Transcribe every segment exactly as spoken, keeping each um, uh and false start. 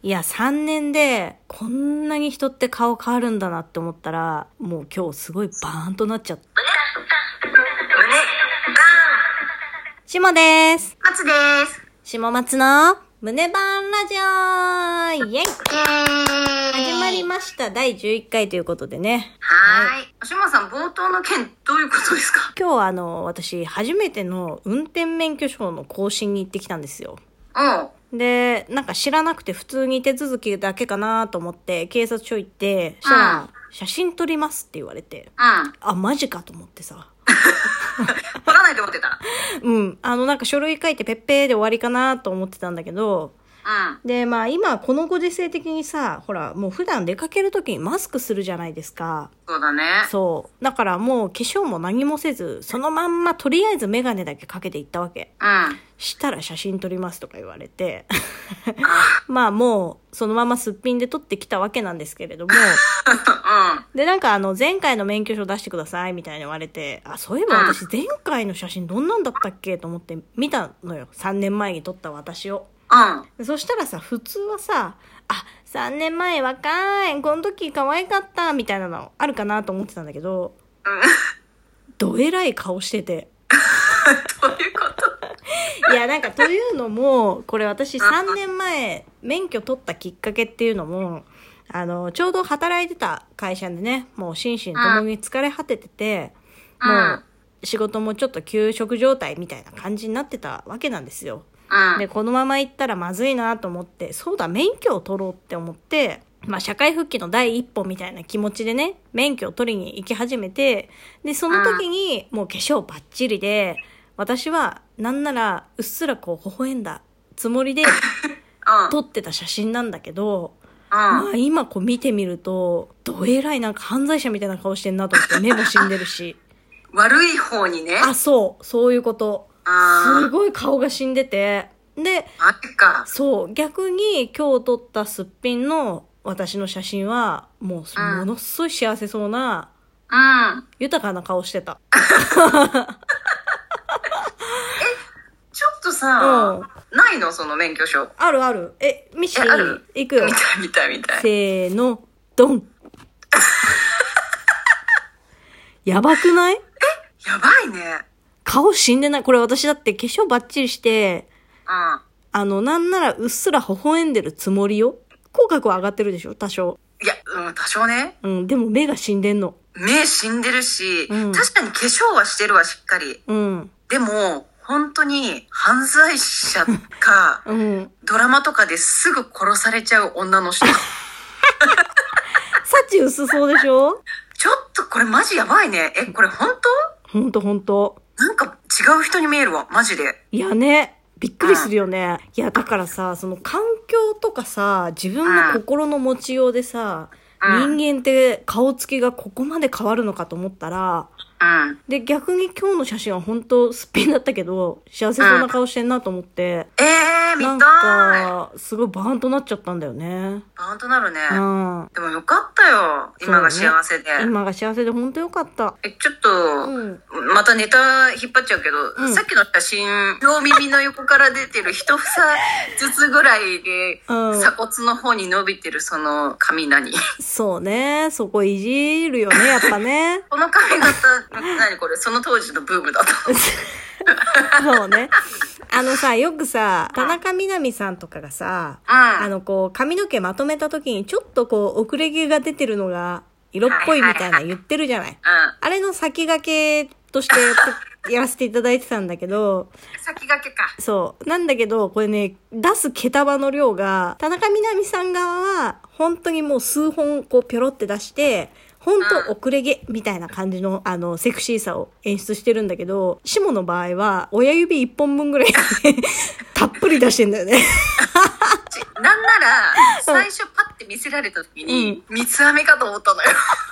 いや、さんねんでこんなに人って顔変わるんだなって思ったら、もう今日すごいバーンとなっちゃった。しもです。 松です。 しも松の胸バンラジオイエイ、始まりました。だいじゅういっかいということでね。 はーい。しもさん、冒頭の件どういうことですか？ 今日はあの、私初めての運転免許証の更新に行ってきたんですよ。 うん。 で、なんか知らなくて普通に手続きだけかなと思って警察署行って、したら、うん、写真撮りますって言われて、 うん。 あ、マジかと思ってさ。 撮らないと思ってた。 うん。あのなんか書類書いてペッペーで終わりかなと思ってたんだけど、 うん。 で、まあ今このご時世的にさ、ほらもう普段出かけるときにマスクするじゃないですか。 そうだね。 そう。だからもう化粧も何もせず、そのまんまとりあえずメガネだけかけていったわけ。 うん。 したら写真撮りますとか言われて。まあもうそのまますっぴんで撮ってきたわけなんですけれども。 うん。 で、なんかあの前回の免許証出してくださいみたいに言われて、あ、そういえば私前回の写真どんなんだったっけと思って見たのよ。さんねんまえに撮った私を。 うん。 そしたらさ、普通はさ、あ、さんねんまえ若い、この時可愛かった、みたいなのあるかなと思ってたんだけど、 うん。 どえらい顔してて。 どういうこと？ いや、なんかというのも、これ私さんねんまえ免許取ったきっかけっていうのも、あの、ちょうど働いてた会社でね、もう心身ともに疲れ果ててて、 うん、 もう仕事もちょっと休職状態みたいな感じになってたわけなんですよ。 うん、 で、このまま行ったらまずいなと思って、そうだ、免許を取ろうって思って、まあ社会復帰の第一歩みたいな気持ちでね、免許を取りに行き始めて、で、その時にもう化粧バッチリで、私はなんならうっすらこう微笑んだつもりで撮ってた写真なんだけど、うん、まあ今こう見てみると、どえらいなんか犯罪者みたいな顔してんなと思って、目も死んでるし。 悪い方にね。 あ、そう、そういうこと。 あ、 すごい顔が死んでて。で、 マジか。 そう、逆に今日撮ったすっぴんの私の写真は、もうものすごい幸せそうな、 うん、 豊かな顔してた。 え、ちょっとさ、うん、ないのその免許証。 あるある。え、ミシー、行くよ。 見たい見たい見たい。 せーの、ドン。やばくない？ え、やばいね。 顔死んでない。これ私だって化粧バッチリして、 うん。 あの、なんならうっすら微笑んでるつもりよ。口角は上がってるでしょ多少。 いや、うん、多少ね。 うん、でも目が死んでんの。 目死んでるし、うん、確かに化粧はしてるわ、しっかり。 うん。 でも、本当に犯罪者か、うん、ドラマとかですぐ殺されちゃう女の人。 幸薄そうでしょ？ ちょっとこれマジやばいね。え、これ本当？ 本当本当。 なんか違う人に見えるわ、マジで。 いやね。びっくりするよね。うん、いや、だからさ、その環境とかさ、自分の心の持ちようでさ、うん、人間って顔つきがここまで変わるのかと思ったら、うん、で、逆に今日の写真は本当すっぴんだったけど、幸せそうな顔してんなと思って。 うん、えー、見たい。 なんか、すごいバーンとなっちゃったんだよね。 バーンとなるね。 うん。 でもよかったよ。今が幸せで。 ね、今が幸せで本当よかった。 え、ちょっと、うん、またネタ引っ張っちゃうけど、うん、さっきの写真、両耳の横から出てる一房ずつぐらいで、うん、鎖骨の方に伸びてるその髪何？ そうね。そこいじるよね、やっぱね。 この髪型、何これ？その当時のブームだった。 そうね。あのさ、よくさ、田中みな実さんとかがさ、うん、あのこう、髪の毛まとめた時にちょっとこう、遅れ毛が出てるのが色っぽいみたいな言ってるじゃない。はいはいはい、うん、あれの先駆けとしてやってやらせていただいてたんだけど、 先駆けか。そう。 なんだけど、これね、出す毛束の量が、田中みな実さん側は、本当にもう数本こう、ぴょろって出して、ほんと遅れ毛みたいな感じの、あの、セクシーさを演出してるんだけど、シモの場合は、親指一本分ぐらいたっぷり出してんだよね。 なんなら、最初パッて見せられた時に、三つ編みかと思ったのよ。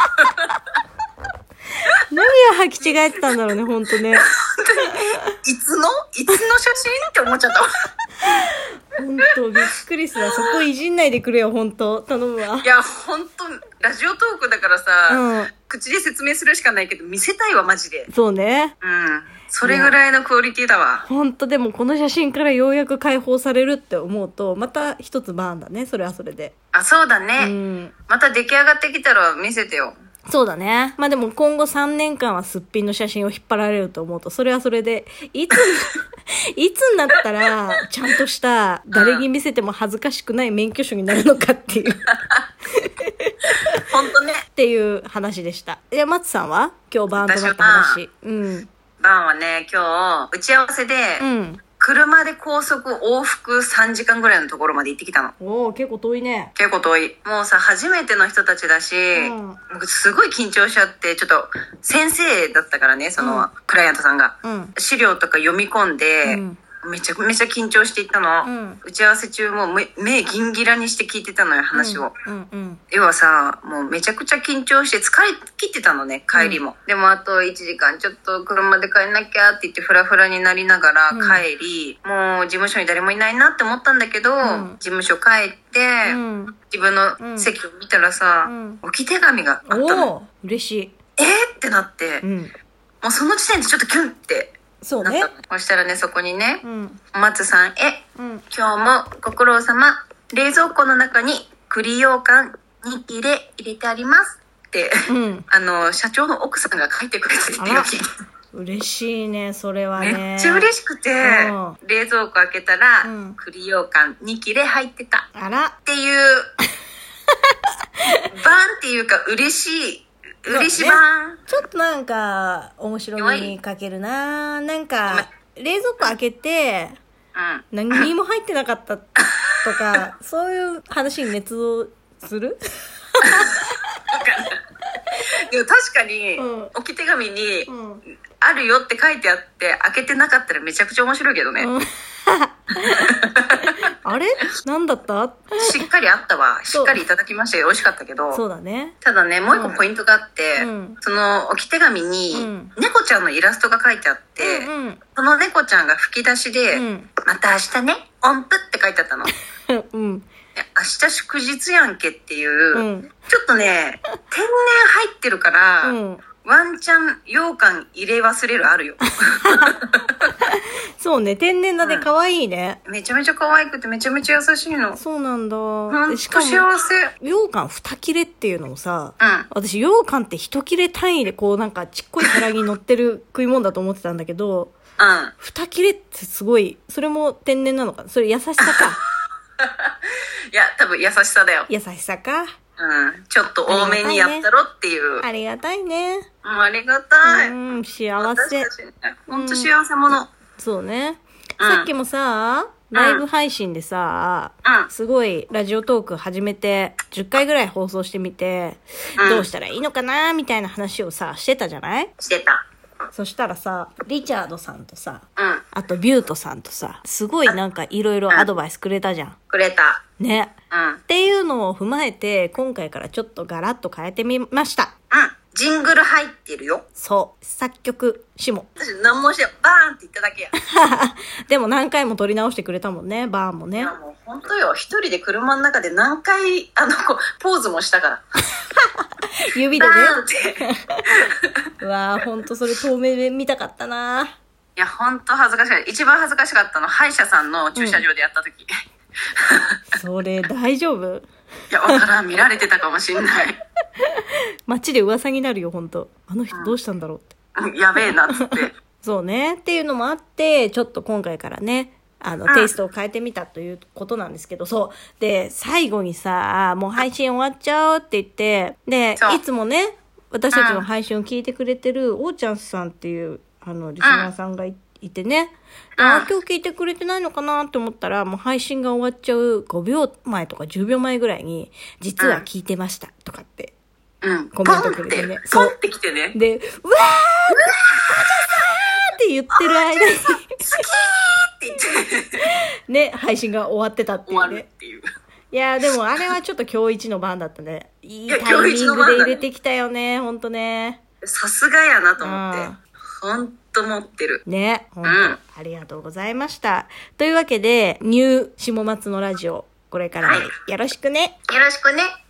何を履き違えてたんだろうね、ほんとね。 いつのいつの写真って思っちゃった。 ほんと、びっくりする。そこいじんないでくれよ、ほんと。頼むわ。 いや、ほんと、ラジオトークだからさ、うん、 口で説明するしかないけど、見せたいわ、マジで。 そうね。 うん。それぐらいのクオリティだわ。 ほんと、でもこの写真からようやく解放されるって思うと、また一つバーンだね、それはそれで。 あ、そうだね。 うん。また出来上がってきたら見せてよ。 そうだね。まあでも今後さんねんかんはすっぴんの写真を引っ張られると思うと、それはそれで、いつ、いつになったら、ちゃんとした、誰に見せても恥ずかしくない免許証になるのかっていう。 ほんとね。 っていう話でした。いや、松さんは今日バーンとなった話。うん。 バーンはね、今日、打ち合わせで、うん。車で高速往復さんじかんぐらいのところまで行ってきたの。 おお、結構遠いね。 結構遠い。もうさ、初めての人たちだし、うん、僕すごい緊張しちゃって、ちょっと先生だったからね、その、うん、クライアントさんが、うん、資料とか読み込んで、うん、めちゃめちゃ緊張していったの、うん、打ち合わせ中も目目ギンギラにして聞いてたのよ、話を、うんうんうん、要はさ、もうめちゃくちゃ緊張して疲れ切ってたのね、帰りも、うん、でもあといちじかんちょっと車で帰んなきゃって言ってフラフラになりながら帰り、うん、もう事務所に誰もいないなって思ったんだけど、うん、事務所帰って、うん、自分の席を見たらさ、うん、置き手紙があったの。 おー、嬉しい。 えーってなって、うん、もうその時点でちょっとキュンってそうね。 そしたらね、そこにね、うん、松さんへ、うん、今日もご苦労様、冷蔵庫の中に栗羊羹に切れ入れてありますって、うん、あの社長の奥さんが書いてくれてて、 嬉しいね、それはね。 めっちゃ嬉しくて、うん、冷蔵庫開けたら、うん、栗羊羹に切れ入ってた。 あらっていう、バンっていうか嬉しい。嬉しいばん、 ね、ちょっとなんか面白みに欠けるな。なんか冷蔵庫開けて、うん、何にも入ってなかったとかそういう話に熱をするでも確かに、うん、置き手紙に、うん、あるよって書いてあって開けてなかったらめちゃくちゃ面白いけどね、うんあれなんだった？ しっかりあったわ。しっかりいただきましたよ。美味しかったけど。 そうだね。 ただね、もう一個ポイントがあって、うん、その置き手紙に、うん、猫ちゃんのイラストが書いてあって、うんうん、その猫ちゃんが吹き出しで、うん、また明日ね、音符って書いてあったの。うん、明日祝日やんけっていう、うん、ちょっとね、天然入ってるから、うんワンチャン羊羹入れ忘れるあるよ。 そうね、天然だね、可愛いね、 うん。めちゃめちゃ可愛くてめちゃめちゃ優しいの。 そうなんだ。 しかも幸せ。 羊羹二切れっていうのもさ、うん、私羊羹って一切れ単位でこうなんかちっこい皿に乗ってる食い物だと思ってたんだけど、うん、二切れってすごい、それも天然なのかな？それ優しさか。 いや、多分優しさだよ。 優しさか。 うん、ちょっと多めにやったろっていう。 ありがたいね。 うん、ありがたい。 うん、幸せ。 ほんと幸せ者、うん。 そうね。うん、さっきもさ、ライブ配信でさ、うん、すごいラジオトーク始めてじゅっかいぐらい放送してみて、うん、どうしたらいいのかなみたいな話をさ、してたじゃない？ してた。 そしたらさ、リチャードさんとさ、うん、あとビュートさんとさ、すごいなんかいろいろアドバイスくれたじゃん。 くれた。 ね、うん。っていうのを踏まえて、今回からちょっとガラッと変えてみました。 うん。ジングル入ってるよ。 そう。作曲、しも。 私何もしてよ。バーンって言っただけや。 でも何回も撮り直してくれたもんね、バーンもね。いやもう本当よ。一人で車の中で何回、あの、こう、ポーズもしたから。 指でね。うわぁ、ほんとそれ遠目で見たかったな。 いや、ほんと恥ずかしい。一番恥ずかしかったの、歯医者さんの駐車場でやった時。 うん、それ大丈夫？ いや、わからん。見られてたかもしんない。 街で噂になるよ、ほんと。あの人どうしたんだろうって。 うん、やべえなっつって。 そうね。っていうのもあって、ちょっと今回からね、あの、うん、テイストを変えてみたということなんですけど、そう。で、最後にさ、もう配信終わっちゃうって言って、で、いつもね、私たちの配信を聞いてくれてる、おーちゃんさんっていう、あの、リスナーさんがいて、いてね、うん、あ今日聞いてくれてないのかなって思ったらもう配信が終わっちゃうごびょうまえとかじゅうびょうまえぐらいに実は聞いてましたとかってコメントくれてね、 ポンって来てね、 でうわーって「うわーって言ってる間に好きーって言ってね配信が終わってたっていうね。 終わるっていう。 いやでもあれはちょっと今日一の番だったね。いいタイミングで入れてきたよね、ほんとね。 さすがやなと思って。ほんと持ってる。 ね、ほんと、うん、ありがとうございました。というわけで、ニュー下松のラジオ、これからもよろしくね。 よろしくね。